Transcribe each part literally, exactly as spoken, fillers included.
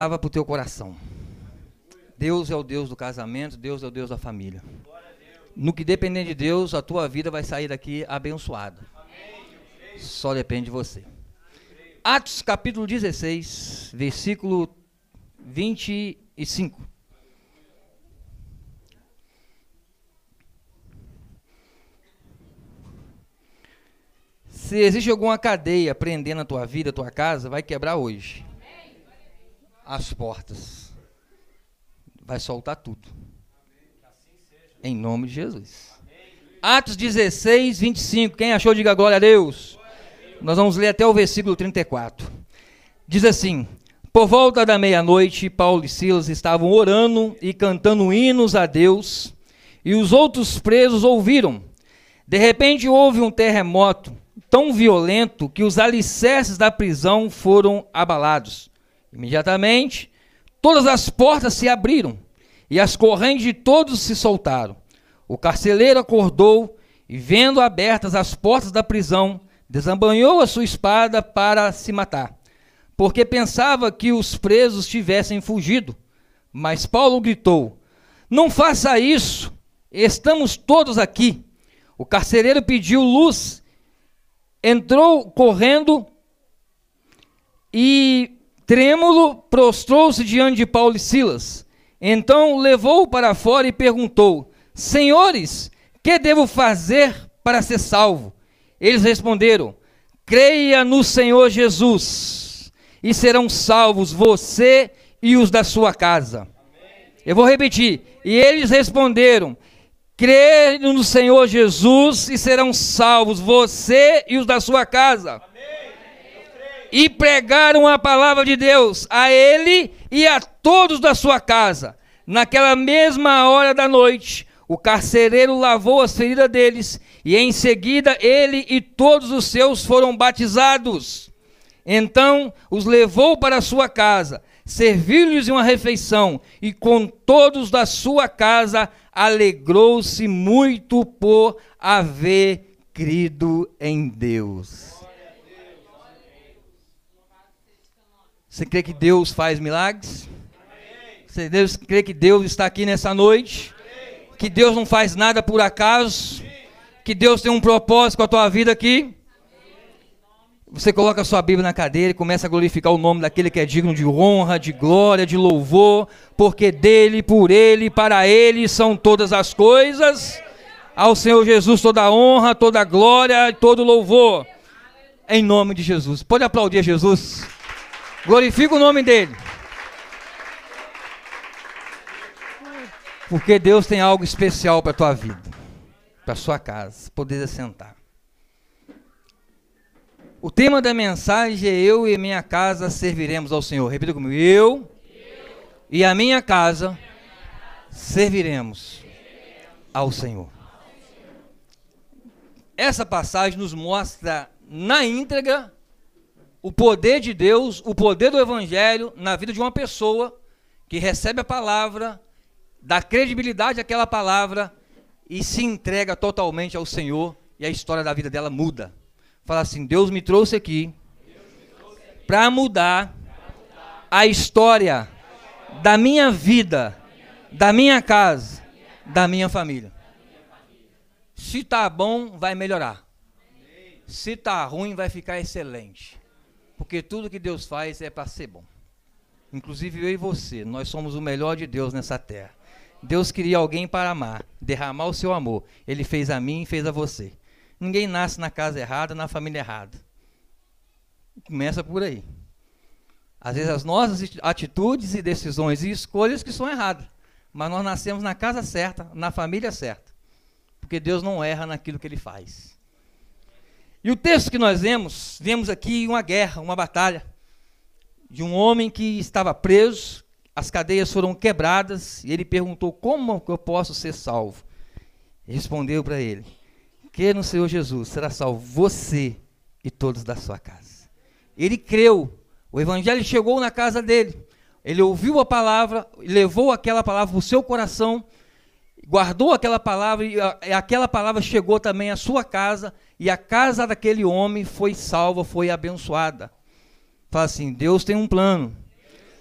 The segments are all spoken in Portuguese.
Para o teu coração. Deus é o Deus do casamento, Deus é o Deus da família. No que depender de Deus, a tua vida vai sair daqui abençoada. Só depende de você. Atos capítulo dezesseis, versículo vinte e cinco. Se existe alguma cadeia prendendo a tua vida, a tua casa, vai quebrar hoje. As portas. Vai soltar tudo. Em nome de Jesus. Atos dezesseis, vinte e cinco. Quem achou, diga glória a Deus. Nós vamos ler até o versículo trinta e quatro. Diz assim: por volta da meia-noite, Paulo e Silas estavam orando e cantando hinos a Deus, e os outros presos ouviram. De repente houve um terremoto tão violento que os alicerces da prisão foram abalados. Imediatamente, todas as portas se abriram e as correntes de todos se soltaram. O carcereiro acordou e, vendo abertas as portas da prisão, desembanhou a sua espada para se matar, porque pensava que os presos tivessem fugido. Mas Paulo gritou: não faça isso, estamos todos aqui. O carcereiro pediu luz, entrou correndo e, trêmulo, prostrou-se diante de Paulo e Silas. Então levou-o para fora e perguntou: senhores, que devo fazer para ser salvo? Eles responderam: creia no Senhor Jesus, e serão salvos você e os da sua casa. Amém. Eu vou repetir. E eles responderam: creia no Senhor Jesus, e serão salvos você e os da sua casa. Amém. E pregaram a palavra de Deus a ele e a todos da sua casa. Naquela mesma hora da noite, o carcereiro lavou as feridas deles, e em seguida ele e todos os seus foram batizados. Então os levou para a sua casa, serviu-lhes uma refeição, e com todos da sua casa alegrou-se muito por haver crido em Deus. Você crê que Deus faz milagres? Você crê que Deus está aqui nessa noite? Que Deus não faz nada por acaso? Que Deus tem um propósito com a tua vida aqui? Você coloca a sua Bíblia na cadeira e começa a glorificar o nome daquele que é digno de honra, de glória, de louvor, porque dele, por ele, para ele são todas as coisas. Ao Senhor Jesus toda a honra, toda a glória e todo louvor. Em nome de Jesus. Pode aplaudir a Jesus? Glorifica o nome dele. Porque Deus tem algo especial para a tua vida, para a sua casa. Poder assentar. O tema da mensagem é: eu e minha casa serviremos ao Senhor. Repita comigo: eu, eu e a minha casa serviremos ao Senhor. Essa passagem nos mostra na íntegra o poder de Deus, o poder do Evangelho na vida de uma pessoa que recebe a palavra, dá credibilidade àquela palavra e se entrega totalmente ao Senhor, e a história da vida dela muda. Fala assim: Deus me trouxe aqui para mudar a história da minha vida, da minha casa, da minha família. Se está bom, vai melhorar. Se está ruim, vai ficar excelente. Porque tudo que Deus faz é para ser bom. Inclusive eu e você, nós somos o melhor de Deus nessa terra. Deus queria alguém para amar, derramar o seu amor. Ele fez a mim e fez a você. Ninguém nasce na casa errada, na família errada. Começa por aí. Às vezes as nossas atitudes e decisões e escolhas que são erradas. Mas nós nascemos na casa certa, na família certa. Porque Deus não erra naquilo que Ele faz. E o texto que nós vemos, vemos aqui uma guerra, uma batalha, de um homem que estava preso, as cadeias foram quebradas, e ele perguntou: como eu posso ser salvo? E respondeu para ele: crê no Senhor Jesus, será salvo você e todos da sua casa. Ele creu, o Evangelho chegou na casa dele, ele ouviu a palavra, levou aquela palavra para o seu coração, guardou aquela palavra, e aquela palavra chegou também à sua casa, e a casa daquele homem foi salva, foi abençoada. Fala assim: Deus tem um plano.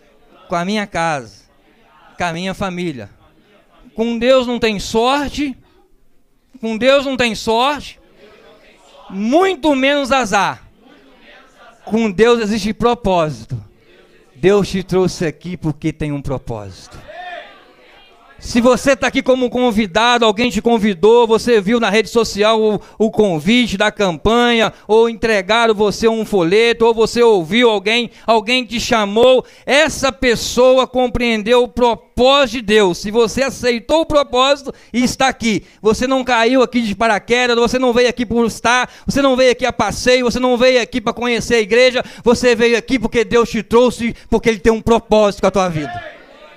com a minha casa, com a minha família. Com Deus não tem sorte, com Deus não tem sorte, muito menos azar. Com Deus existe propósito. Deus te trouxe aqui porque tem um propósito. Se você está aqui como convidado, alguém te convidou, você viu na rede social o, o convite da campanha, ou entregaram você um folheto, ou você ouviu alguém, alguém te chamou, essa pessoa compreendeu o propósito de Deus. Se você aceitou o propósito e está aqui, você não caiu aqui de paraquedas, você não veio aqui por estar, você não veio aqui a passeio, você não veio aqui para conhecer a igreja, você veio aqui porque Deus te trouxe, porque Ele tem um propósito com a tua vida.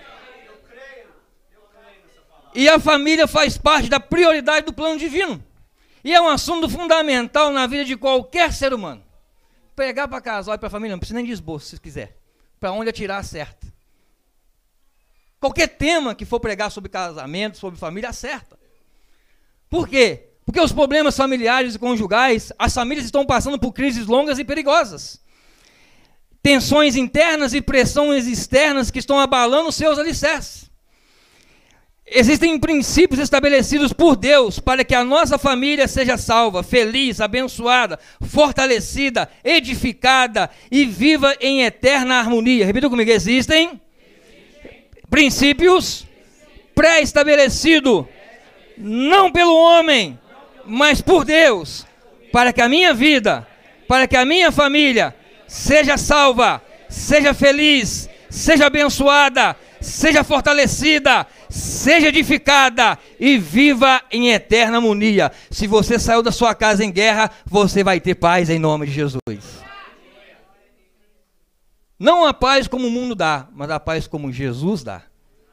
E a família faz parte da prioridade do plano divino. E é um assunto fundamental na vida de qualquer ser humano. Pregar para casal e para família, não precisa nem de esboço, se quiser. Para onde atirar acerta. Qualquer tema que for pregar sobre casamento, sobre família, acerta. Por quê? Porque os problemas familiares e conjugais, as famílias estão passando por crises longas e perigosas. Tensões internas e pressões externas que estão abalando os seus alicerces. Existem princípios estabelecidos por Deus para que a nossa família seja salva, feliz, abençoada, fortalecida, edificada e viva em eterna harmonia. Repita comigo, existem, existem. princípios pré-estabelecidos, não pelo homem, mas por Deus, para que a minha vida, para que a minha família seja salva, seja feliz, seja abençoada, seja fortalecida, seja edificada e viva em eterna harmonia. Se você saiu da sua casa em guerra, você vai ter paz em nome de Jesus. Não a paz como o mundo dá, mas a paz como Jesus dá.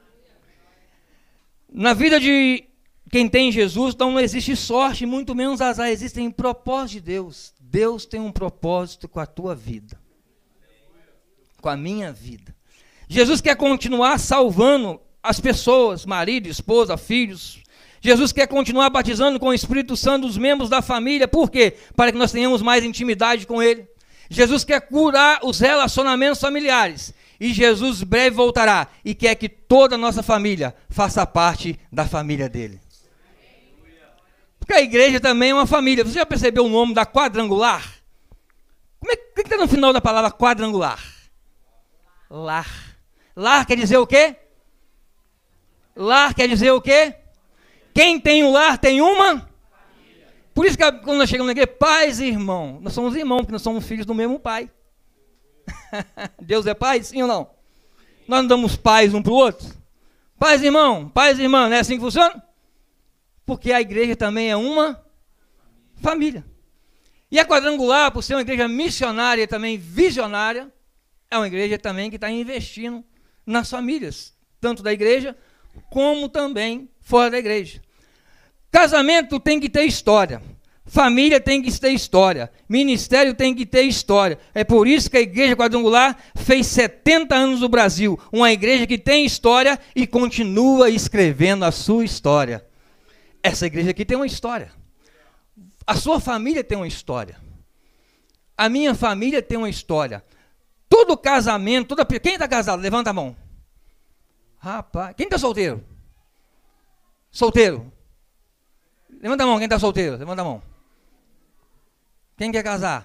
Na vida de quem tem Jesus, então não existe sorte, muito menos azar, existem propósitos de Deus. Deus tem um propósito com a tua vida, com a minha vida. Jesus quer continuar salvando as pessoas, marido, esposa, filhos. Jesus quer continuar batizando com o Espírito Santo os membros da família. Por quê? Para que nós tenhamos mais intimidade com Ele. Jesus quer curar os relacionamentos familiares. E Jesus breve voltará e quer que toda a nossa família faça parte da família dele. Porque a igreja também é uma família. Você já percebeu o nome da quadrangular? Como é que está no final da palavra quadrangular? Lar. Lar quer dizer o quê? Lar quer dizer o quê? Quem tem um lar tem uma? Por isso que quando nós chegamos na igreja, pais e irmãos, nós somos irmãos, porque nós somos filhos do mesmo pai. Deus é pai, sim ou não? Nós não damos pais um para o outro? Pais e irmãos, pais e irmãs, não é assim que funciona? Porque a igreja também é uma família. E a quadrangular, por ser uma igreja missionária e também visionária, é uma igreja também que está investindo nas famílias, tanto da igreja, como também fora da igreja. Casamento tem que ter história, família tem que ter história, ministério tem que ter história. É por isso que a igreja quadrangular fez setenta anos no Brasil, uma igreja que tem história e continua escrevendo a sua história. Essa igreja aqui tem uma história, a sua família tem uma história, a minha família tem uma história. Todo casamento, toda... quem está casado? Levanta a mão. Rapaz, quem está solteiro? Solteiro. Levanta a mão, quem está solteiro? Levanta a mão. Quem quer casar?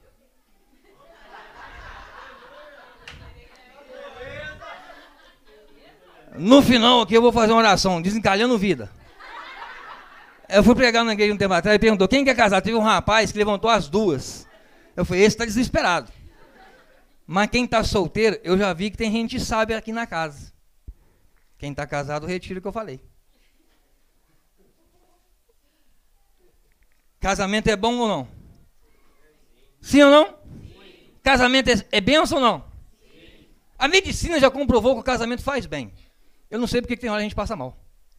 No final aqui eu vou fazer uma oração, desencalhando vida. Eu fui pregar na igreja um tempo atrás e perguntou, quem quer casar? Teve um rapaz que levantou as duas. Eu falei, esse está desesperado. Mas quem está solteiro, eu já vi que tem gente sábia aqui na casa. Quem está casado, retira o que eu falei. Casamento é bom ou não? Sim ou não? Sim. Casamento é, é bênção ou não? Sim. A medicina já comprovou que o casamento faz bem. Eu não sei porque que tem hora a gente passa mal.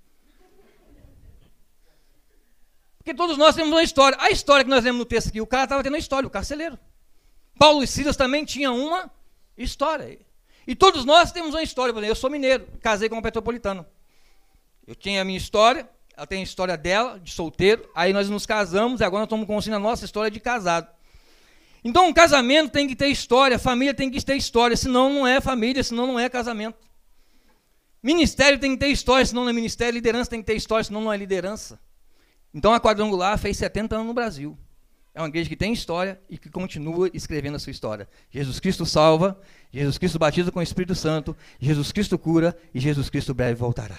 Porque todos nós temos uma história. A história que nós lemos no texto aqui, o cara estava tendo uma história, o carceleiro. Paulo e Silas também tinham uma história. E todos nós temos uma história. Eu sou mineiro, casei com um petropolitano. Eu tinha a minha história, ela tem a história dela, de solteiro. Aí nós nos casamos e agora nós estamos construindo a nossa história de casado. Então, um casamento tem que ter história, família tem que ter história, senão não é família, senão não é casamento. Ministério tem que ter história, senão não é ministério. Liderança tem que ter história, senão não é liderança. Então, a Quadrangular fez setenta anos no Brasil. É uma igreja que tem história e que continua escrevendo a sua história. Jesus Cristo salva, Jesus Cristo batiza com o Espírito Santo, Jesus Cristo cura e Jesus Cristo breve voltará.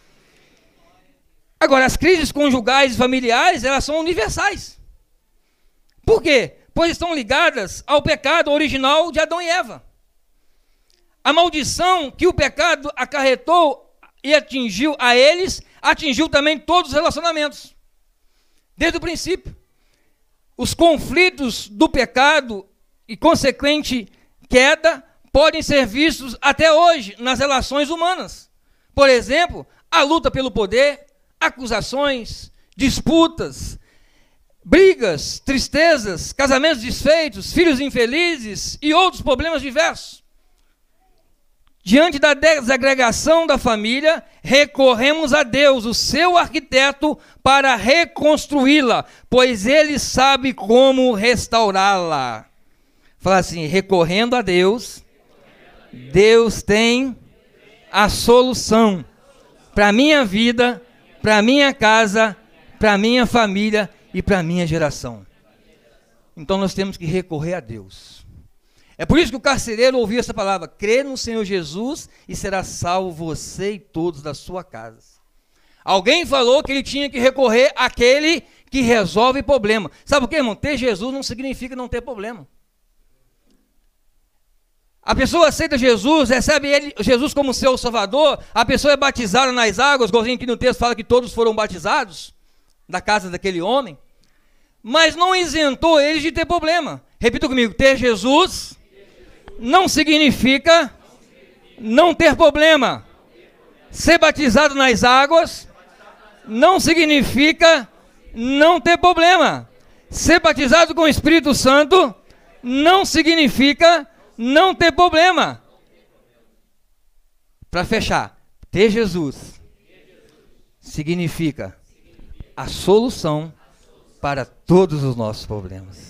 Agora, as crises conjugais e familiares, elas são universais. Por quê? Pois estão ligadas ao pecado original de Adão e Eva. A maldição que o pecado acarretou e atingiu a eles, atingiu também todos os relacionamentos. Desde o princípio. Os conflitos do pecado e consequente queda podem ser vistos até hoje nas relações humanas. Por exemplo, a luta pelo poder, acusações, disputas, brigas, tristezas, casamentos desfeitos, filhos infelizes e outros problemas diversos. Diante da desagregação da família, recorremos a Deus, o seu arquiteto, para reconstruí-la, pois ele sabe como restaurá-la. Fala assim, recorrendo a Deus, Deus tem a solução para a minha vida, para a minha casa, para a minha família e para a minha geração. Então nós temos que recorrer a Deus. É por isso que o carcereiro ouviu essa palavra, crê no Senhor Jesus e será salvo você e todos da sua casa. Alguém falou que ele tinha que recorrer àquele que resolve problema. Sabe por quê, irmão? Ter Jesus não significa não ter problema. A pessoa aceita Jesus, recebe ele, Jesus como seu salvador, a pessoa é batizada nas águas, igualzinho aqui no texto fala que todos foram batizados, da casa daquele homem, mas não isentou eles de ter problema. Repita comigo, ter Jesus não significa não ter problema. Ser batizado nas águas não significa não ter problema. Ser batizado com o Espírito Santo não significa não ter problema. Para fechar, ter Jesus significa a solução para todos os nossos problemas.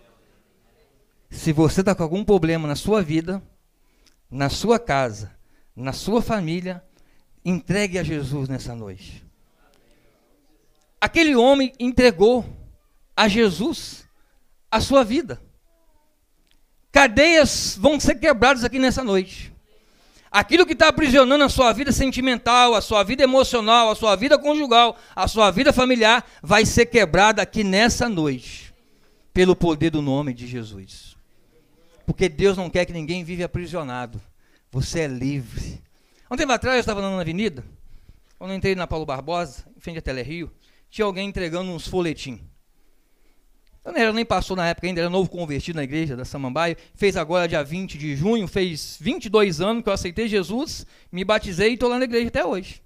Se você está com algum problema na sua vida, na sua casa, na sua família, entregue a Jesus nessa noite. Aquele homem entregou a Jesus a sua vida. Cadeias vão ser quebradas aqui nessa noite. Aquilo que está aprisionando a sua vida sentimental, a sua vida emocional, a sua vida conjugal, a sua vida familiar, vai ser quebrada aqui nessa noite, pelo poder do nome de Jesus. Porque Deus não quer que ninguém vive aprisionado. Você é livre. Há um tempo atrás, eu estava andando na avenida, quando eu entrei na Paulo Barbosa, em frente a Telerio, tinha alguém entregando uns folhetim. Eu não era nem pastor na época ainda, era novo convertido na igreja da Samambaia, fez agora dia vinte de junho, fez vinte e dois anos que eu aceitei Jesus, me batizei e estou lá na igreja até hoje.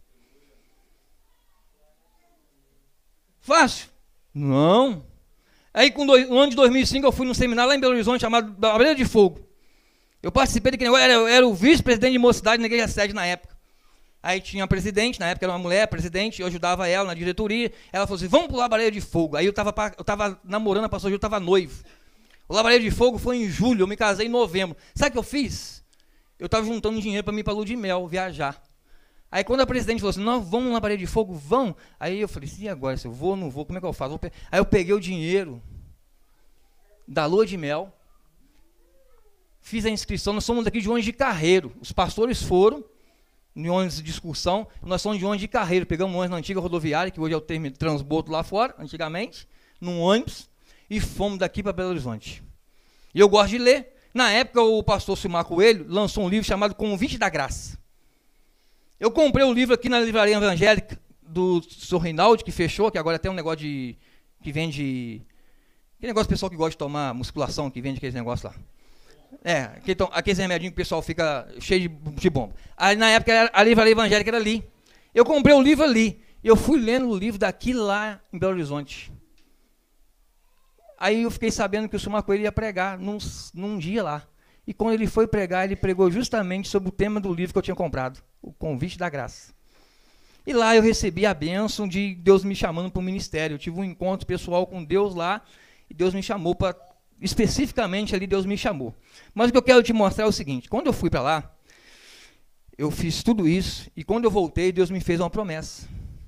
Fácil? Não. Aí no ano de dois mil e cinco eu fui num seminário lá em Belo Horizonte chamado Labaredo de Fogo. Eu participei daquele negócio, eu era, eu era o vice-presidente de mocidade na igreja sede na época. Aí tinha a presidente, na época era uma mulher, presidente, eu ajudava ela na diretoria. Ela falou assim, vamos pro Labaredo de Fogo. Aí eu estava eu tava namorando, a pastor Gil, eu estava noivo. O Labaredo de Fogo foi em julho, eu me casei em novembro. Sabe o que eu fiz? Eu estava juntando dinheiro para mim ir para Lua de Mel, viajar. Aí quando a presidente falou assim, não, vamos no Labaredo de Fogo, vão. Aí eu falei, e agora, se eu vou ou não vou, como é que eu faço? Aí eu peguei o dinheiro da Lua de Mel, fiz a inscrição, nós somos daqui de ônibus de Carreiro. Os pastores foram, em ônibus de excursão, nós somos de ônibus de Carreiro, pegamos um ônibus na antiga rodoviária, que hoje é o termo de transbordo lá fora, antigamente, num ônibus, e fomos daqui para Belo Horizonte. E eu gosto de ler. Na época, o pastor Silmar Coelho lançou um livro chamado Convite da Graça. Eu comprei o livro aqui na livraria evangélica do senhor Reinaldo, que fechou, que agora tem um negócio de, que vende, aquele negócio pessoal que gosta de tomar musculação, que vende aqueles negócios lá. É, aqueles remedinhos que o pessoal fica cheio de, de bomba. Aí na época a livraria evangélica era ali. Eu comprei o livro ali. Eu fui lendo o livro daqui lá em Belo Horizonte. Aí eu fiquei sabendo que o Silmar Coelho ia pregar num, num dia lá. E quando ele foi pregar, ele pregou justamente sobre o tema do livro que eu tinha comprado, o Convite da Graça. E lá eu recebi a bênção de Deus me chamando para o ministério. Eu tive um encontro pessoal com Deus lá, e Deus me chamou para especificamente ali Deus me chamou. Mas o que eu quero te mostrar é o seguinte, quando eu fui para lá, eu fiz tudo isso, e quando eu voltei, Deus me fez uma promessa.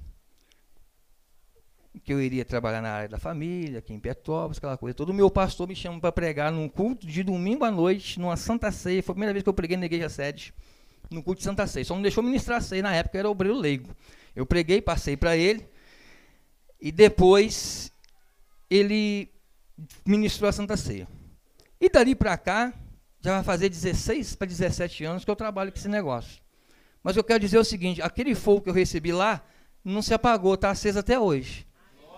Que eu iria trabalhar na área da família, aqui em Petrópolis, aquela coisa. Todo o meu pastor me chama para pregar num culto de domingo à noite, numa Santa Ceia. Foi a primeira vez que eu preguei na igreja sede, no culto de Santa Ceia. Só não deixou ministrar a ceia, na época eu era obreiro leigo. Eu preguei, passei para ele, e depois ele ministrou a Santa Ceia. E dali para cá, já vai fazer dezesseis para dezessete anos que eu trabalho com esse negócio. Mas eu quero dizer o seguinte, aquele fogo que eu recebi lá, não se apagou, está aceso até hoje.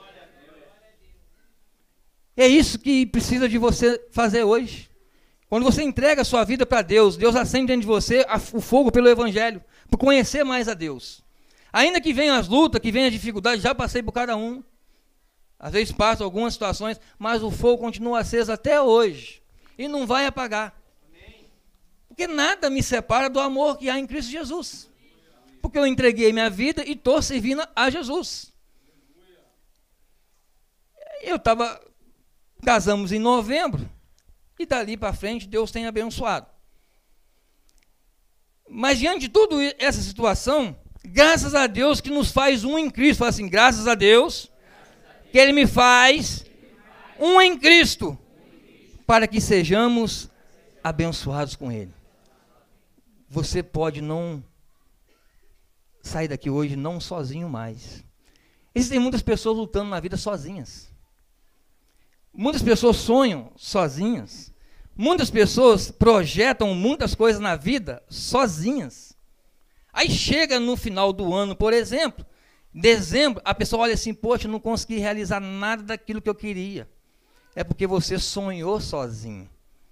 É isso que precisa de você fazer hoje. Quando você entrega a sua vida para Deus, Deus acende dentro de você a, o fogo pelo Evangelho, por conhecer mais a Deus. Ainda que venham as lutas, que venham as dificuldades, já passei por cada um. Às vezes passo algumas situações, mas o fogo continua aceso até hoje. E não vai apagar. Porque nada me separa do amor que há em Cristo Jesus. Porque eu entreguei minha vida e estou servindo a Jesus. Eu estava... Casamos em novembro, e dali para frente Deus tem abençoado. Mas diante de toda essa situação, graças a Deus que nos faz um em Cristo. Fala assim, graças a Deus que Ele me faz um em Cristo, para que sejamos abençoados com Ele. Você pode não sair daqui hoje não sozinho mais. Existem muitas pessoas lutando na vida sozinhas. Muitas pessoas sonham sozinhas. Muitas pessoas projetam muitas coisas na vida sozinhas. Aí chega no final do ano, por exemplo, dezembro, a pessoa olha assim, poxa, eu não consegui realizar nada daquilo que eu queria. É porque você sonhou sozinho.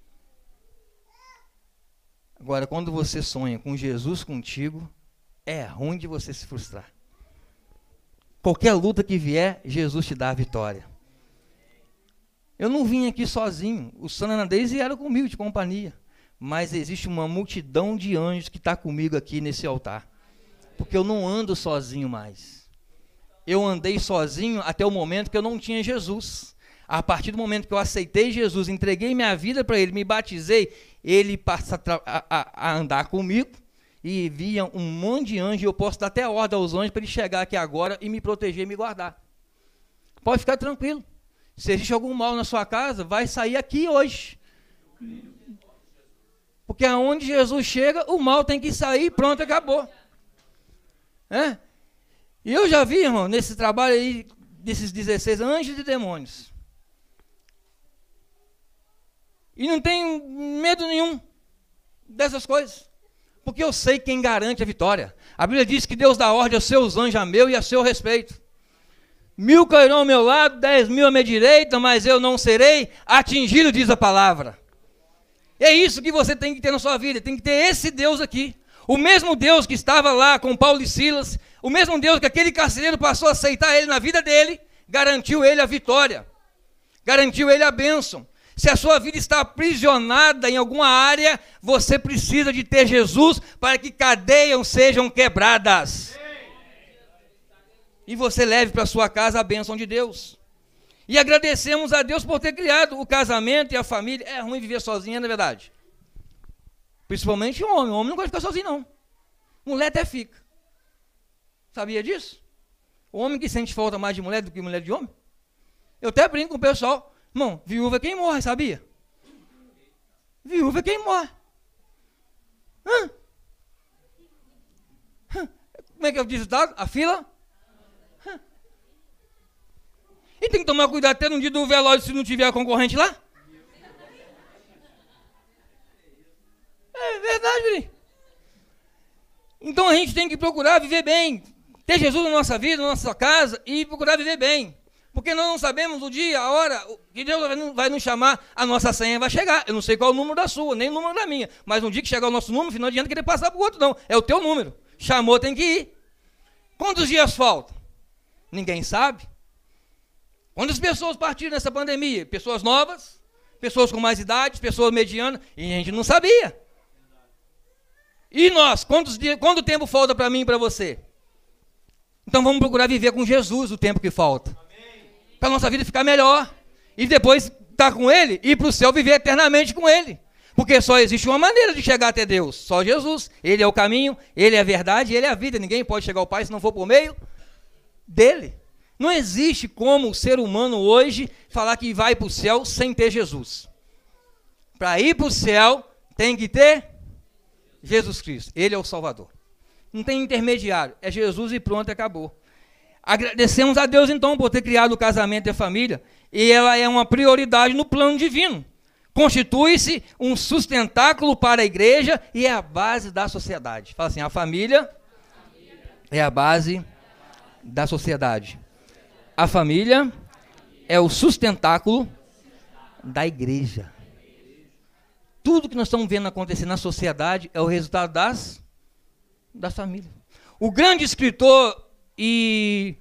Agora, quando você sonha com Jesus contigo, é ruim de você se frustrar. Qualquer luta que vier, Jesus te dá a vitória. Eu não vim aqui sozinho, o Sananandês vieram comigo de companhia, mas existe uma multidão de anjos que está comigo aqui nesse altar, porque eu não ando sozinho mais. Eu andei sozinho até o momento que eu não tinha Jesus. A partir do momento que eu aceitei Jesus, entreguei minha vida para Ele, me batizei, Ele passa a, a, a andar comigo, e via um monte de anjos, e eu posso dar até ordem aos anjos para ele chegar aqui agora e me proteger e me guardar. Pode ficar tranquilo. Se existe algum mal na sua casa, vai sair aqui hoje. Porque aonde Jesus chega, o mal tem que sair, pronto, acabou. É? E eu já vi, irmão, nesse trabalho aí, desses dezesseis anjos e demônios. E não tenho medo nenhum dessas coisas. Porque eu sei quem garante a vitória. A Bíblia diz que Deus dá ordem aos seus anjos a meu e a seu respeito. Mil cairão ao meu lado, dez mil à minha direita, mas eu não serei atingido, diz a palavra. É isso que você tem que ter na sua vida, tem que ter esse Deus aqui. O mesmo Deus que estava lá com Paulo e Silas, o mesmo Deus que aquele carcereiro passou a aceitar ele na vida dele, garantiu ele a vitória, garantiu ele a bênção. Se a sua vida está aprisionada em alguma área, você precisa de ter Jesus para que cadeias sejam quebradas. E você leve para sua casa a bênção de Deus. E agradecemos a Deus por ter criado o casamento e a família. É ruim viver sozinho, não é verdade? Principalmente o homem. O homem não gosta de ficar sozinho, não. Mulher até fica. Sabia disso? O homem que sente falta mais de mulher do que mulher de homem. Eu até brinco com o pessoal. Irmão, viúva é quem morre, sabia? Viúva é quem morre. Hã? Hã? Como é que eu disse o dado? A fila? Hã? E tem que tomar cuidado até no dia do velório se não tiver a concorrente lá. É verdade, Vini. Então a gente tem que procurar viver bem. Ter Jesus na nossa vida, na nossa casa e procurar viver bem. Porque nós não sabemos o dia, a hora que Deus vai nos chamar, a nossa senha vai chegar. Eu não sei qual é o número da sua, nem o número da minha. Mas no dia que chegar o nosso número, não adianta querer passar para o outro, não. É o teu número. Chamou, tem que ir. Quantos dias faltam? Ninguém sabe. Quantas pessoas partiram nessa pandemia? Pessoas novas, pessoas com mais idade, pessoas medianas, e a gente não sabia. E nós? Quantos dias, quanto tempo falta para mim e para você? Então vamos procurar viver com Jesus o tempo que falta. Para a nossa vida ficar melhor. E depois estar com ele e ir para o céu viver eternamente com ele. Porque só existe uma maneira de chegar até Deus, só Jesus. Ele é o caminho, ele é a verdade, ele é a vida. Ninguém pode chegar ao Pai se não for por meio dele. Não existe como o ser humano hoje falar que vai para o céu sem ter Jesus. Para ir para o céu, tem que ter Jesus Cristo. Ele é o Salvador. Não tem intermediário. É Jesus e pronto, acabou. Agradecemos a Deus, então, por ter criado o casamento e a família. E ela é uma prioridade no plano divino. Constitui-se um sustentáculo para a igreja e é a base da sociedade. Fala assim, a família é a base da sociedade. A família é o sustentáculo da igreja. Tudo que nós estamos vendo acontecer na sociedade é o resultado das, das famílias. O grande escritor e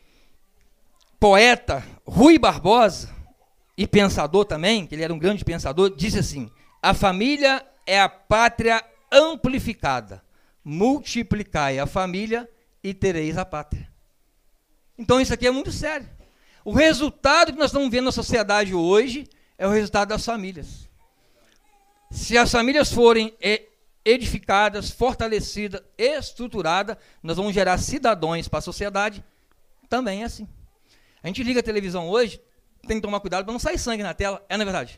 poeta Rui Barbosa, e pensador também, que ele era um grande pensador, disse assim, a família é a pátria amplificada. Multiplicai a família e tereis a pátria. Então isso aqui é muito sério. O resultado que nós estamos vendo na sociedade hoje é o resultado das famílias. Se as famílias forem edificadas, fortalecidas, estruturadas, nós vamos gerar cidadãos para a sociedade, também é assim. A gente liga a televisão hoje, tem que tomar cuidado para não sair sangue na tela, é na verdade.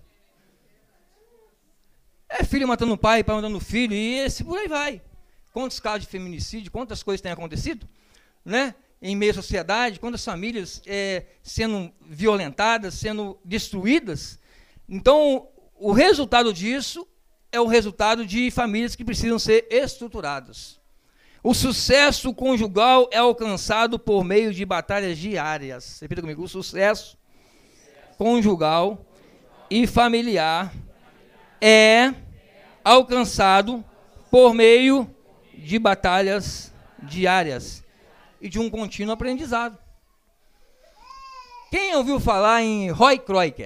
É filho matando o pai, pai matando o filho, e esse por aí vai. Quantos casos de feminicídio, quantas coisas têm acontecido, né? Em meio à sociedade, quantas famílias é, sendo violentadas, sendo destruídas. Então, o resultado disso é o resultado de famílias que precisam ser estruturadas. O sucesso conjugal é alcançado por meio de batalhas diárias. Repita comigo, o sucesso conjugal e familiar é alcançado por meio de batalhas diárias e de um contínuo aprendizado. Quem ouviu falar em Roy Kroiker?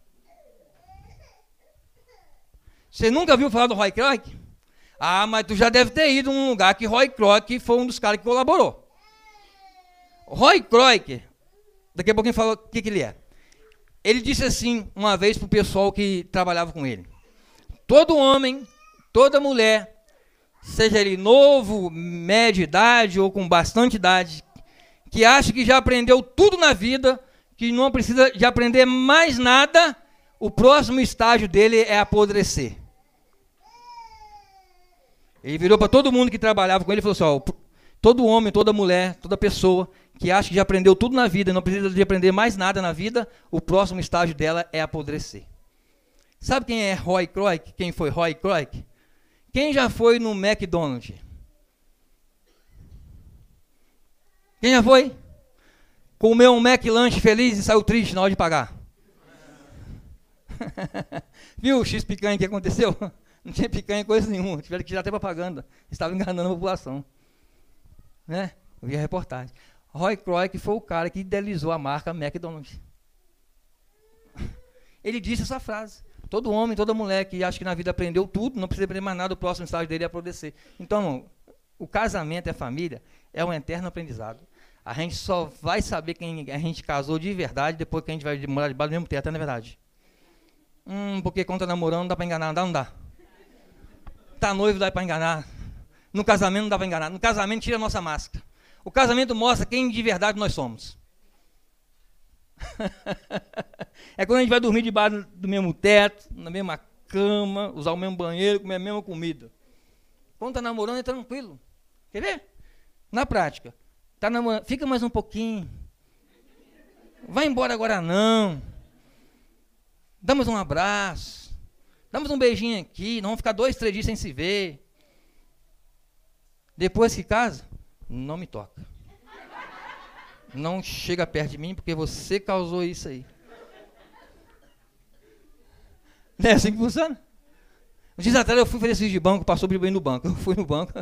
Você nunca viu falar do Roy Kroiker? Ah, mas tu já deve ter ido num lugar que Roy Kroiker foi um dos caras que colaborou. Roy Kroiker, daqui a pouquinho fala o que, que ele é. Ele disse assim, uma vez para o pessoal que trabalhava com ele. Todo homem, toda mulher, seja ele novo, média idade ou com bastante idade, que acha que já aprendeu tudo na vida, que não precisa de aprender mais nada, o próximo estágio dele é apodrecer. Ele virou para todo mundo que trabalhava com ele e falou assim, ó, todo homem, toda mulher, toda pessoa que acha que já aprendeu tudo na vida e não precisa de aprender mais nada na vida, o próximo estágio dela é apodrecer. Sabe quem é Roy Kroiker? Quem foi Roy Kroiker? Quem já foi no McDonald's? Quem já foi? Comeu um McLanche feliz e saiu triste na hora de pagar. Viu o X-picanha que aconteceu? Não tinha picanha coisa nenhuma, tiveram que tirar até propaganda. Estavam enganando a população. Né? Eu vi a reportagem. Roy Kroiker foi o cara que idealizou a marca McDonald's. Ele disse essa frase. Todo homem, toda mulher que acha que na vida aprendeu tudo, não precisa aprender mais nada, o próximo estágio dele é apodrecer. Então, irmão, o casamento e a família é um eterno aprendizado. A gente só vai saber quem a gente casou de verdade depois que a gente vai morar debaixo do mesmo teto, não é verdade? Hum, porque quando tá namorando não dá para enganar, não dá, não dá. Tá noivo dá para enganar. No casamento não dá para enganar. No casamento tira a nossa máscara. O casamento mostra quem de verdade nós somos. É quando a gente vai dormir debaixo do mesmo teto, na mesma cama, usar o mesmo banheiro, comer a mesma comida. Quando está namorando é tranquilo. Quer ver? Na prática. Tá namorando, fica mais um pouquinho. Vai embora agora não. Damos um abraço. Damos um beijinho aqui. Não vamos ficar dois, três dias sem se ver. Depois que casa, não me toca. Não chega perto de mim porque você causou isso aí. Não é assim que funciona? Um dia atrás eu fui fazer serviço de banco, passou por bem no banco. Eu fui no banco.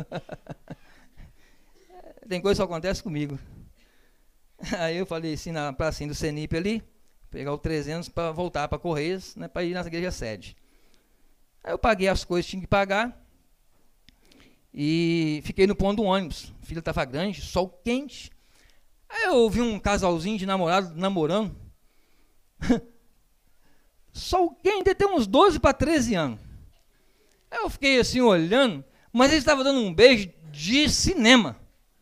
Tem coisa que só acontece comigo. Aí eu falei assim, na pracinha do Senip ali, pegar o trezentos para voltar para Correios, né, para ir na igreja sede. Aí eu paguei as coisas que tinha que pagar e fiquei no ponto do ônibus. A filha estava grande, sol quente. Aí eu vi um casalzinho de namorado namorando. sol quente, deve ter uns doze para treze anos. Aí eu fiquei assim olhando, mas ele estava dando um beijo de cinema.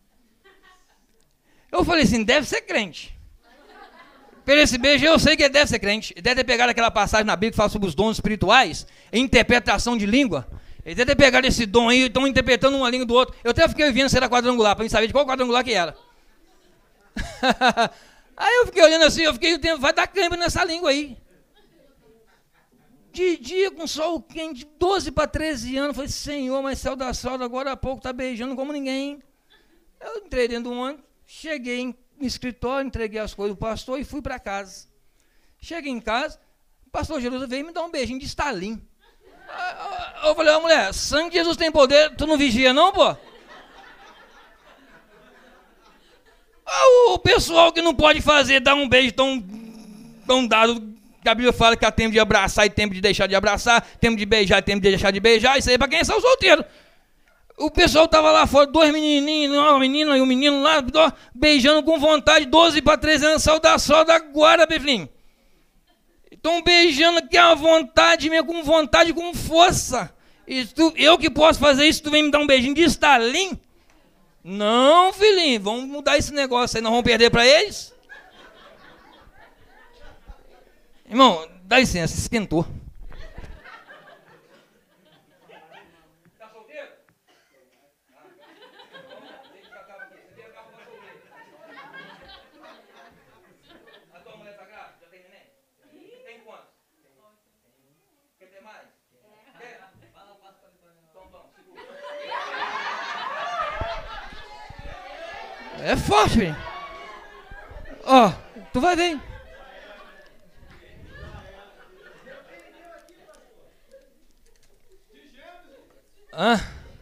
Eu falei assim, deve ser crente. Pelo esse beijo, eu sei que ele deve ser crente. Ele deve ter pegado aquela passagem na Bíblia que fala sobre os dons espirituais, interpretação de língua. Ele deve ter pegado esse dom aí, estão interpretando uma língua do outro. Eu até fiquei vendo se era quadrangular, para mim saber de qual quadrangular que era. Aí eu fiquei olhando assim, eu fiquei, vai dar câimbra nessa língua aí. De dia, com sol quente, doze para treze anos, eu falei, Senhor, mas céu da solda, agora há pouco tá beijando como ninguém. Eu entrei dentro do ônibus, cheguei em no escritório, entreguei as coisas do pastor e fui para casa. Cheguei em casa, o pastor Jesus veio me dar um beijinho de Stalin. Eu falei, ó, mulher, sangue de Jesus tem poder, tu não vigia não, pô? O pessoal que não pode fazer, dar um beijo tão, tão dado, que a Bíblia fala que há tempo de abraçar e tempo de deixar de abraçar, tempo de beijar e tempo de deixar de beijar, isso aí é para quem é só solteiro. O pessoal estava lá fora, dois menininhos, uma menina e um menino lá, beijando com vontade, doze para treze anos, saiu da solda agora, Befinho. Estão beijando aqui à vontade, mesmo, com vontade, com força. E tu, eu que posso fazer isso, tu vem me dar um beijinho de Stalin? Não, filhinho, vamos mudar esse negócio aí, nós vamos perder para eles? Irmão, dá licença, esquentou. É forte, filho. Ó, tu vai ver. Ah.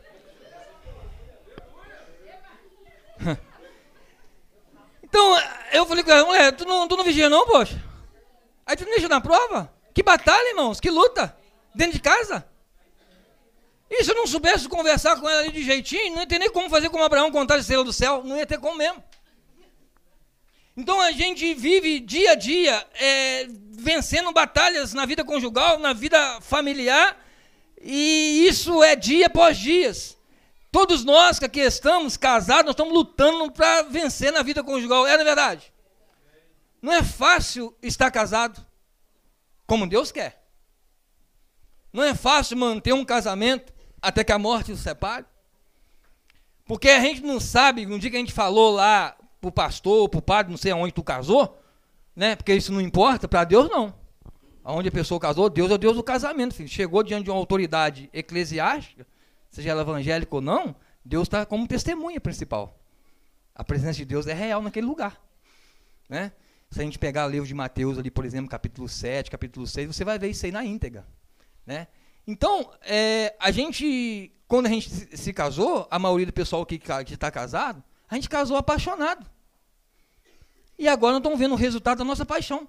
Então, eu falei com ela, mulher, tu não, tu não vigia não, poxa? Aí tu não deixa na prova? Que batalha, irmãos, que luta. Dentro de casa. E se eu não soubesse conversar com ela ali de jeitinho, não ia ter nem como fazer como Abraão contar a estrela do céu, não ia ter como mesmo. Então a gente vive dia a dia é, vencendo batalhas na vida conjugal, na vida familiar, e isso é dia após dias. Todos nós que aqui estamos casados, nós estamos lutando para vencer na vida conjugal, é na verdade. Não é fácil estar casado como Deus quer. Não é fácil manter um casamento até que a morte os separe. Porque a gente não sabe, um dia que a gente falou lá pro pastor, pro padre, não sei aonde tu casou, né? Porque isso não importa, para Deus não. Aonde a pessoa casou, Deus é o Deus do casamento, filho. Chegou diante de uma autoridade eclesiástica, seja ela evangélica ou não, Deus está como testemunha principal. A presença de Deus é real naquele lugar, né? Se a gente pegar o livro de Mateus ali, por exemplo, capítulo sete, capítulo seis, você vai ver isso aí na íntegra, né? Então, é, a gente, quando a gente se, se casou, a maioria do pessoal que está casado, a gente casou apaixonado. E agora não estão vendo o resultado da nossa paixão.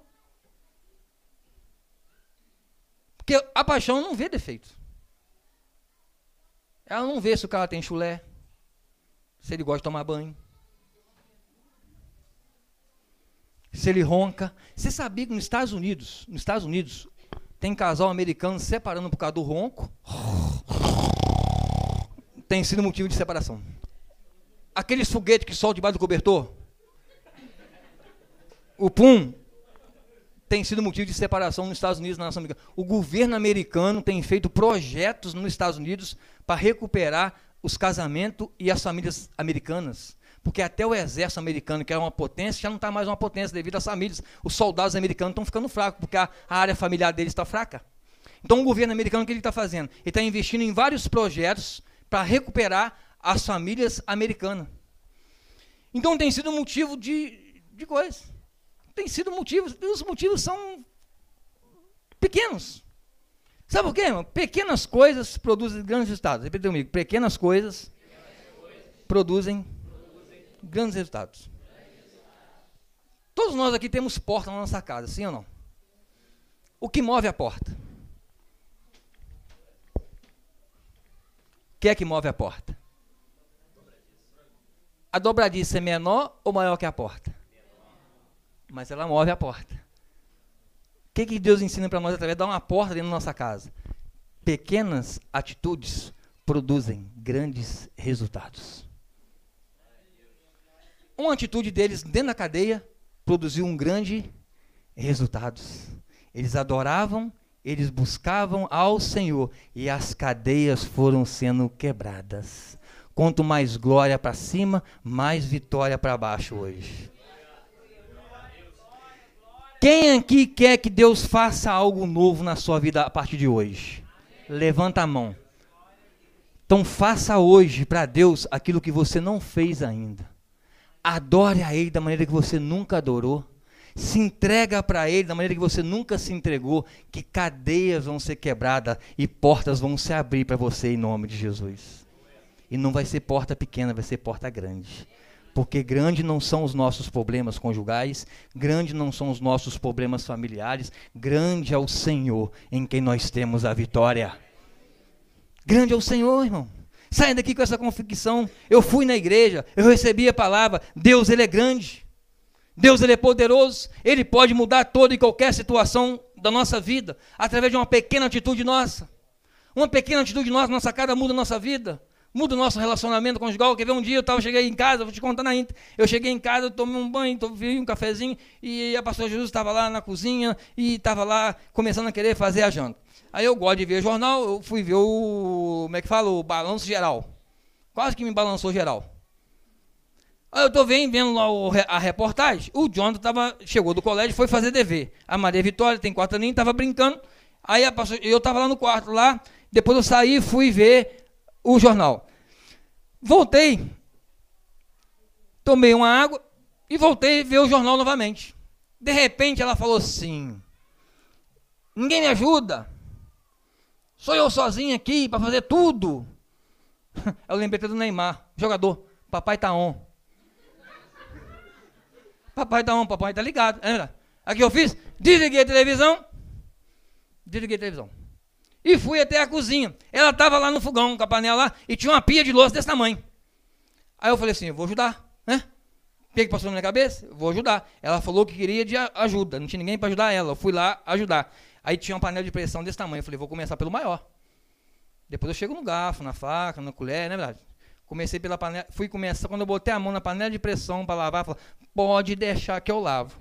Porque a paixão não vê defeito. Ela não vê se o cara tem chulé, se ele gosta de tomar banho, se ele ronca. Você sabia que nos Estados Unidos, nos Estados Unidos, tem casal americano separando por causa do ronco? Tem sido motivo de separação. Aqueles foguetes que soltam debaixo do cobertor, o pum, tem sido motivo de separação nos Estados Unidos, na nação americana. O governo americano tem feito projetos nos Estados Unidos para recuperar os casamentos e as famílias americanas. Porque até o exército americano, que era uma potência, já não está mais uma potência devido às famílias. Os soldados americanos estão ficando fracos, porque a, a área familiar deles está fraca. Então o governo americano, o que ele está fazendo? Ele está investindo em vários projetos para recuperar as famílias americanas. Então tem sido motivo de, de coisa. Tem sido motivos, e os motivos são pequenos. Sabe por quê, irmão? Pequenas coisas produzem grandes resultados. Repita comigo, pequenas coisas produzem grandes resultados. Todos nós aqui temos porta na nossa casa, sim ou não? O que move a porta? O que é que move a porta? A dobradiça é menor ou maior que a porta? Mas ela move a porta. que, que Deus ensina para nós através de dar uma porta dentro da nossa casa? Pequenas atitudes produzem grandes resultados. Uma atitude deles dentro da cadeia produziu um grande resultado. Eles adoravam, eles buscavam ao Senhor e as cadeias foram sendo quebradas. Quanto mais glória para cima, mais vitória para baixo hoje. Quem aqui quer que Deus faça algo novo na sua vida a partir de hoje? Levanta a mão. Então faça hoje para Deus aquilo que você não fez ainda. Adore a Ele da maneira que você nunca adorou. Se entrega para Ele da maneira que você nunca se entregou, que cadeias vão ser quebradas e portas vão se abrir para você em nome de Jesus. E não vai ser porta pequena, vai ser porta grande. Porque grande não são os nossos problemas conjugais, grande não são os nossos problemas familiares, grande é o Senhor em quem nós temos a vitória. Grande é o Senhor, irmão. Saia daqui com essa convicção. Eu fui na igreja, eu recebi a palavra. Deus, Ele é grande. Deus, Ele é poderoso. Ele pode mudar toda e qualquer situação da nossa vida, através de uma pequena atitude nossa. Uma pequena atitude nossa, nossa cara muda a nossa vida. Muda o nosso relacionamento conjugal. Quer ver, um dia eu tava, cheguei em casa, vou te contar na íntegra. Eu cheguei em casa, tomei um banho, tomei um cafezinho, e a pastora Jesus estava lá na cozinha, e estava lá começando a querer fazer a janta. Aí eu gosto de ver jornal, eu fui ver o, como é que fala, o balanço geral. Quase que me balançou geral. Aí eu tô vendo, vendo lá o, a reportagem, o Jonathan tava, chegou do colégio, foi fazer dever. A Maria Vitória, tem quatro aninhos, estava brincando. Aí a pastora, eu estava lá no quarto, lá, depois eu saí e fui ver o jornal. Voltei, tomei uma água e voltei a ver o jornal novamente. De repente ela falou assim: ninguém me ajuda, sou eu sozinho aqui para fazer tudo. Eu lembrei do Neymar, jogador, papai tá on. Papai tá on, papai tá ligado. É, aqui eu fiz, desliguei a televisão, desliguei a televisão. E fui até a cozinha. Ela estava lá no fogão, com a panela lá, e tinha uma pia de louça desse tamanho. Aí eu falei assim, eu vou ajudar, né? O que passou na minha cabeça? Eu vou ajudar. Ela falou que queria de ajuda, não tinha ninguém para ajudar ela. Eu fui lá ajudar. Aí tinha uma panela de pressão desse tamanho. Eu falei, vou começar pelo maior. Depois eu chego no garfo, na faca, na colher, né, verdade? Comecei pela panela, fui começar, quando eu botei a mão na panela de pressão para lavar, falei, pode deixar que eu lavo.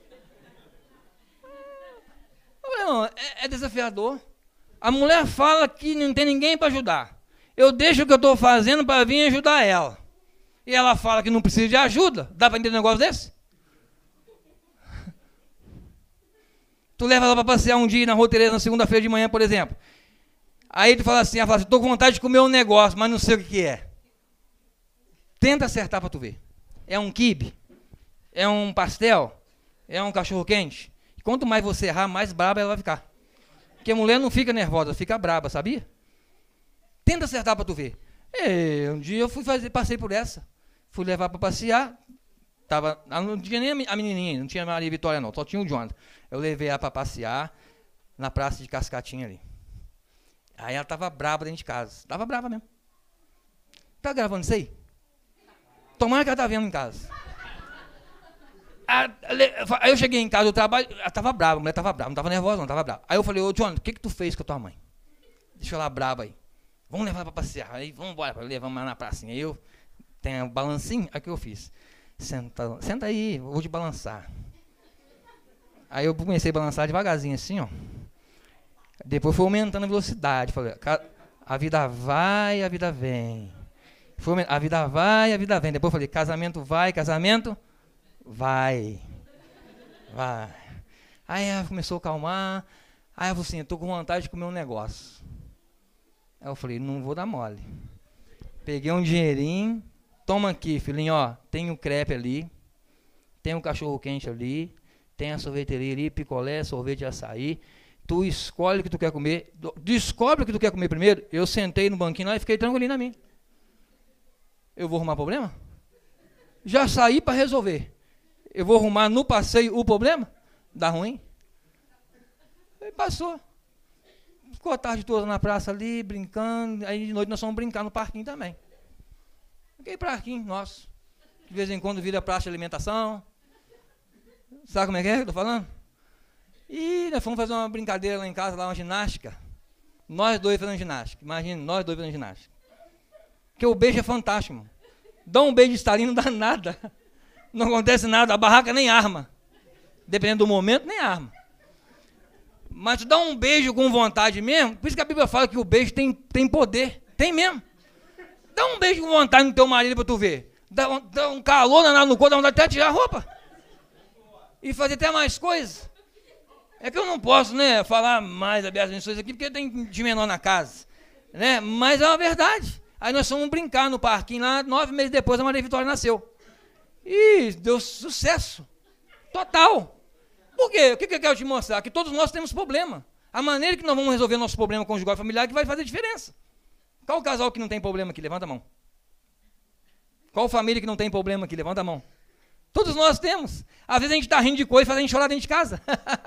Eu falei, não, é, é desafiador. A mulher fala que não tem ninguém para ajudar. Eu deixo o que eu estou fazendo para vir ajudar ela. E ela fala que não precisa de ajuda. Dá para entender um negócio desse? Tu leva ela para passear um dia na Rua Tereza, na segunda-feira de manhã, por exemplo. Aí tu fala assim, ela fala assim, estou com vontade de comer um negócio, mas não sei o que, que é. Tenta acertar para tu ver. É um quibe? É um pastel? É um cachorro-quente? Quanto mais você errar, mais braba ela vai ficar. Porque a mulher não fica nervosa, fica braba, sabia? Tenta acertar para tu ver. E, um dia eu fui fazer, passei por essa. Fui levar para passear. Tava, não tinha nem a menininha, não tinha a Maria Vitória não, só tinha o Jonathan. Eu levei ela para passear na praça de Cascatinha ali. Aí ela estava brava dentro de casa. Estava brava mesmo. Tá gravando isso aí? Tomara que ela tá vendo em casa. Aí eu cheguei em casa do trabalho, ela estava brava, a mulher estava brava, não estava nervosa não, estava brava. Aí eu falei, ô Jonathan, o que que tu fez com a tua mãe? Deixa ela brava aí. Vamos levar ela para passear. Aí vamos embora, levamos ela na pracinha. Aí eu tenho um balancinho, aí o que eu fiz? Senta, senta aí, vou te balançar. Aí eu comecei a balançar devagarzinho assim, ó. Depois foi aumentando a velocidade. Falei, a vida vai, a vida vem. Foi, a vida vai, a vida vem. Depois eu falei, casamento vai, casamento vai. Vai. Aí ela começou a calmar. Aí eu falei assim, eu tô com vontade de comer um negócio. Aí eu falei, não vou dar mole. Peguei um dinheirinho. Toma aqui, filhinho, ó. Tem o crepe ali. Tem o cachorro quente ali. Tem a sorveteria ali, picolé, sorvete de açaí. Tu escolhe o que tu quer comer. Descobre o que tu quer comer primeiro. Eu sentei no banquinho lá e fiquei tranquilinho na minha. Eu vou arrumar problema? Já saí para resolver. Eu vou arrumar no passeio o problema? Dá ruim? Aí passou. Ficou a tarde toda na praça ali, brincando. Aí de noite nós fomos brincar no parquinho também. Fiquei parquinho, nossa. De vez em quando vira praça de alimentação. Sabe como é que é que eu tô falando? E nós fomos fazer uma brincadeira lá em casa, lá uma ginástica. Nós dois fazendo ginástica. Imagina, nós dois fazendo ginástica. Porque o beijo é fantástico, irmão. Dá um beijo de estalinho, não dá nada. Não acontece nada, a barraca nem arma. Dependendo do momento, nem arma. Mas tu dá um beijo com vontade mesmo, por isso que a Bíblia fala que o beijo tem, tem poder. Tem mesmo. Dá um beijo com vontade no teu marido para tu ver. Dá um, dá um calor danado no corpo, dá vontade de até tirar a roupa. E fazer até mais coisas. É que eu não posso, né, falar mais abertas coisas aqui, porque tem de menor na casa. Né? Mas é uma verdade. Aí nós fomos brincar no parquinho lá, nove meses depois a Maria Vitória nasceu. E deu sucesso. Total. Por quê? O que eu quero te mostrar? Que todos nós temos problema. A maneira que nós vamos resolver nosso problema conjugal e familiar é que vai fazer diferença. Qual o casal que não tem problema aqui? Levanta a mão. Qual família que não tem problema aqui? Levanta a mão. Todos nós temos. Às vezes a gente está rindo de coisa e faz a gente chorar dentro de casa.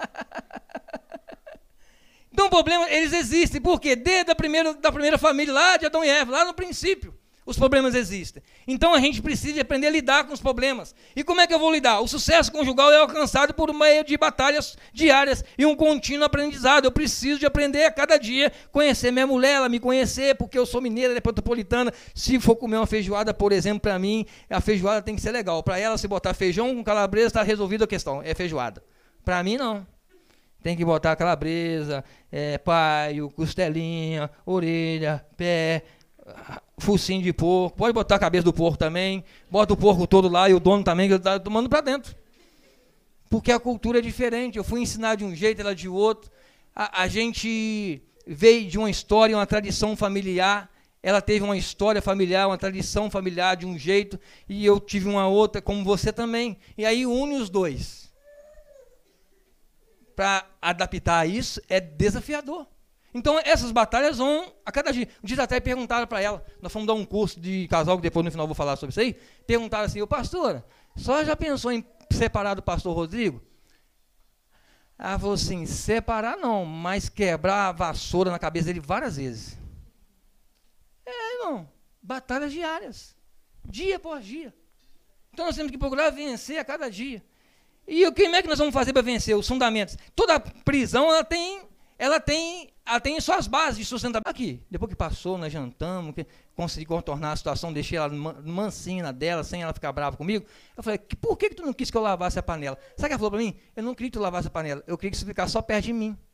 Então, o problema, eles existem. Por quê? Desde a primeira, da primeira família, lá de Adão e Eva, lá no princípio, os problemas existem. Então, a gente precisa aprender a lidar com os problemas. E como é que eu vou lidar? O sucesso conjugal é alcançado por meio de batalhas diárias e um contínuo aprendizado. Eu preciso de aprender a cada dia, conhecer minha mulher, ela me conhecer, porque eu sou mineira, ela é metropolitana. Se for comer uma feijoada, por exemplo, para mim, a feijoada tem que ser legal. Para ela, se botar feijão com calabresa, está resolvida a questão, é feijoada. Para mim, não. Tem que botar calabresa, é, paio, costelinha, orelha, pé, focinho de porco. Pode botar a cabeça do porco também. Bota o porco todo lá e o dono também, que está tomando para dentro. Porque a cultura é diferente. Eu fui ensinar de um jeito, ela de outro. A, a gente veio de uma história, uma tradição familiar. Ela teve uma história familiar, uma tradição familiar de um jeito. E eu tive uma outra, como você também. E aí une os dois. Para adaptar a isso é desafiador. Então, essas batalhas vão a cada dia. Um dia até perguntaram para ela, nós fomos dar um curso de casal, que depois no final eu vou falar sobre isso aí, perguntaram assim, ô pastora, só já pensou em separar do pastor Rodrigo? Ela falou assim, separar não, mas quebrar a vassoura na cabeça dele várias vezes. É, irmão, batalhas diárias, dia após dia. Então, nós temos que procurar vencer a cada dia. E o que é que nós vamos fazer para vencer? Os fundamentos. Toda prisão, ela tem, ela tem, ela tem suas bases de sustentabilidade. Aqui, depois que passou, nós jantamos, que consegui contornar a situação, deixei ela mansinha na dela, sem ela ficar brava comigo. Eu falei, por que, que tu não quis que eu lavasse a panela? Sabe o que ela falou para mim? Eu não queria que tu lavasse a panela, eu queria que você ficasse só perto de mim.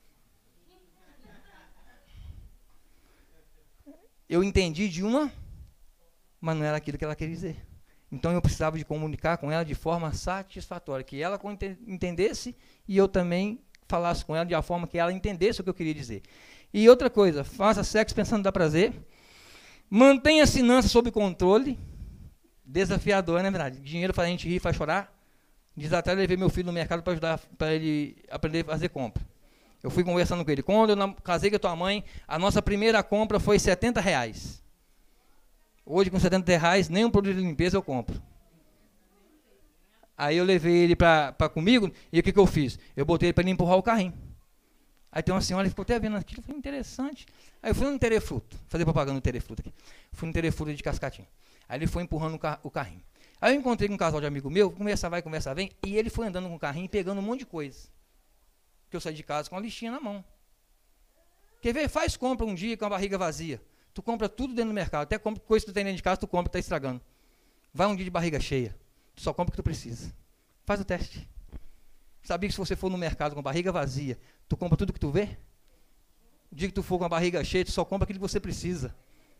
Eu entendi de uma, mas não era aquilo que ela queria dizer. Então, eu precisava de comunicar com ela de forma satisfatória, que ela entendesse e eu também falasse com ela de uma forma que ela entendesse o que eu queria dizer. E outra coisa, faça sexo pensando em dar prazer, mantenha as finanças sob controle, desafiador, não é verdade? Dinheiro faz a gente rir, faz chorar. Diz até, eu levei meu filho no mercado para ajudar, para ele aprender a fazer compra. Eu fui conversando com ele. Quando eu casei com a tua mãe, a nossa primeira compra foi setenta reais. Hoje, com setenta reais, nem um produto de limpeza eu compro. Aí eu levei ele para comigo, e o que, que eu fiz? Eu botei ele para ele empurrar o carrinho. Aí tem uma senhora que ficou até vendo aquilo, foi interessante. Aí eu fui no Terefruto, fazer propaganda no Terefruto aqui. Fui no Terefruto de Cascatinha. Aí ele foi empurrando o, car o carrinho. Aí eu encontrei com um casal de amigo meu, conversa vai, conversa vem, e ele foi andando com o carrinho, pegando um monte de coisa. Que eu saí de casa com a listinha na mão. Quer ver? Faz compra um dia com a barriga vazia. Tu compra tudo dentro do mercado, até compra coisa que tu tem dentro de casa, tu compra e está estragando. Vai um dia de barriga cheia, tu só compra o que tu precisa. Faz o teste. Sabia que se você for no mercado com a barriga vazia, tu compra tudo que tu vê? O dia que tu for com a barriga cheia, tu só compra aquilo que você precisa.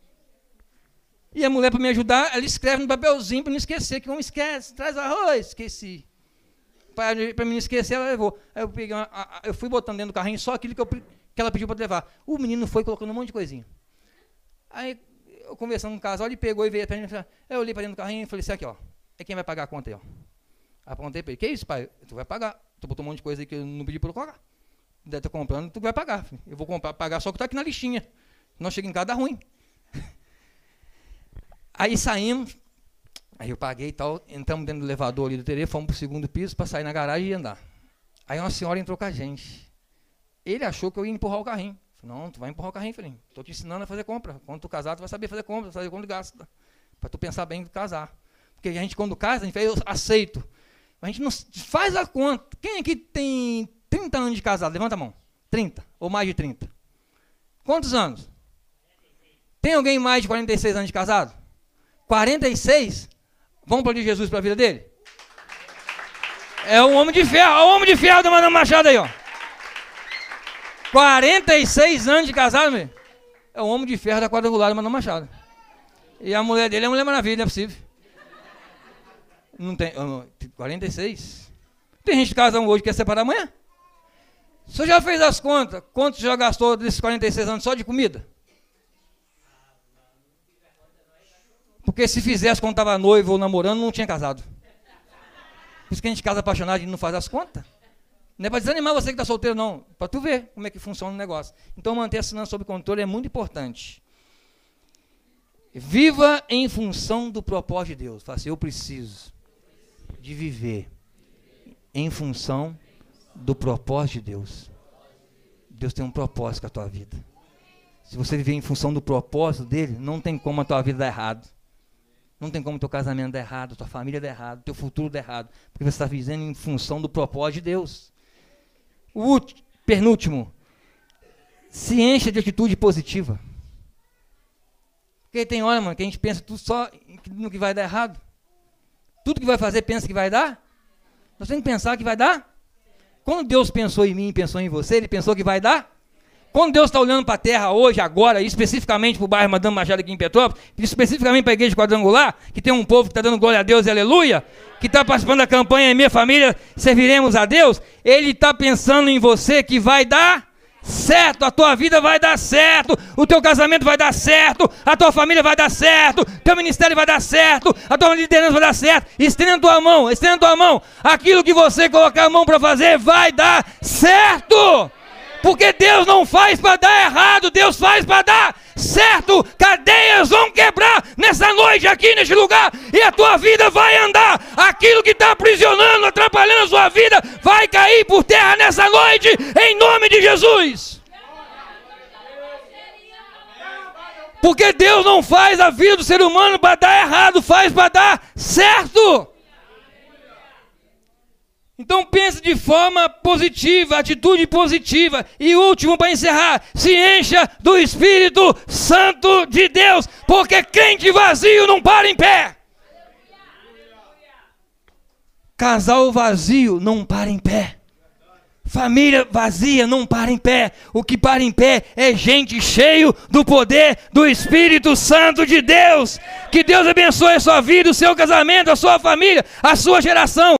E a mulher, para me ajudar, ela escreve no papelzinho para não esquecer, que não esquece, traz arroz, esqueci. Para mim não esquecer, ela levou. Aí eu, peguei uma, a, eu fui botando dentro do carrinho só aquilo que, eu, que ela pediu para levar. O menino foi colocando um monte de coisinha. Aí, eu conversando com o casal, ele pegou e veio para mim, eu olhei para dentro do carrinho e falei, isso aqui, ó, é quem vai pagar a conta aí, ó. Apontei para ele, que isso, pai? Tu vai pagar. Tu botou um monte de coisa aí que eu não pedi para eu colocar. Deve estar comprando, tu vai pagar. Filho. Eu vou comprar, pagar só o que está aqui na listinha. Não chega em casa, dá ruim. Aí saímos, aí eu paguei e tal, entramos dentro do elevador ali do Tere, fomos para o segundo piso para sair na garagem e andar. Aí uma senhora entrou com a gente. Ele achou que eu ia empurrar o carrinho. Não, tu vai empurrar o carrinho, filhinho. Estou te ensinando a fazer compra. Quando tu casar, tu vai saber fazer compra, vai saber quando gasta. Para tu pensar bem de casar. Porque a gente, quando casa, a gente faz, eu aceito. A gente não faz a conta. Quem aqui tem trinta anos de casado? Levanta a mão. trinta, ou mais de trinta. Quantos anos? Tem alguém mais de quarenta e seis anos de casado? quarenta e seis? Vamos aplaudir Jesus para a vida dele? É o homem de ferro, é o homem de ferro do Madame Machado aí, ó. quarenta e seis anos de casado, meu. É o homem de ferro da quadrangular do Madame Machado. E a mulher dele é a Mulher Maravilha, não é possível. Não tem, quarenta e seis? Tem gente que casa hoje que quer separar amanhã? Você já fez as contas? Quanto você já gastou desses quarenta e seis anos só de comida? Porque se fizesse quando estava noivo ou namorando, não tinha casado. Por isso que a gente casa apaixonado e não faz as contas. Não é para desanimar você que está solteiro, não. Para tu ver como é que funciona o negócio. Então, manter a finança sob controle é muito importante. Viva em função do propósito de Deus. Fala assim, eu preciso de viver em função do propósito de Deus. Deus tem um propósito com a tua vida. Se você viver em função do propósito dele, não tem como a tua vida dar errado. Não tem como o teu casamento dar errado, tua família dar errado, teu futuro dar errado. Porque você está vivendo em função do propósito de Deus. O último, penúltimo, se encha de atitude positiva. Porque tem hora, mano, que a gente pensa tudo só no que vai dar errado. Tudo que vai fazer, pensa que vai dar. Nós temos que pensar que vai dar. Quando Deus pensou em mim e pensou em você, Ele pensou que vai dar. Quando Deus está olhando para a terra hoje, agora, especificamente para o bairro Madame Machado aqui em Petrópolis, especificamente para a igreja quadrangular, que tem um povo que está dando glória a Deus e aleluia, que está participando da campanha Minha Família, Serviremos a Deus, Ele está pensando em você que vai dar certo, a tua vida vai dar certo, o teu casamento vai dar certo, a tua família vai dar certo, teu ministério vai dar certo, a tua liderança vai dar certo. Estenda a tua mão, estenda a tua mão, aquilo que você colocar a mão para fazer vai dar certo. Porque Deus não faz para dar errado, Deus faz para dar certo. Cadeias vão quebrar nessa noite aqui neste lugar e a tua vida vai andar. Aquilo que está aprisionando, atrapalhando a sua vida, vai cair por terra nessa noite, em nome de Jesus. Porque Deus não faz a vida do ser humano para dar errado, faz para dar certo. Então pense de forma positiva, atitude positiva. E último, para encerrar, se encha do Espírito Santo de Deus, porque crente vazio não para em pé. Casal vazio não para em pé. Família vazia não para em pé. O que para em pé é gente cheio do poder do Espírito Santo de Deus. Que Deus abençoe a sua vida, o seu casamento, a sua família, a sua geração.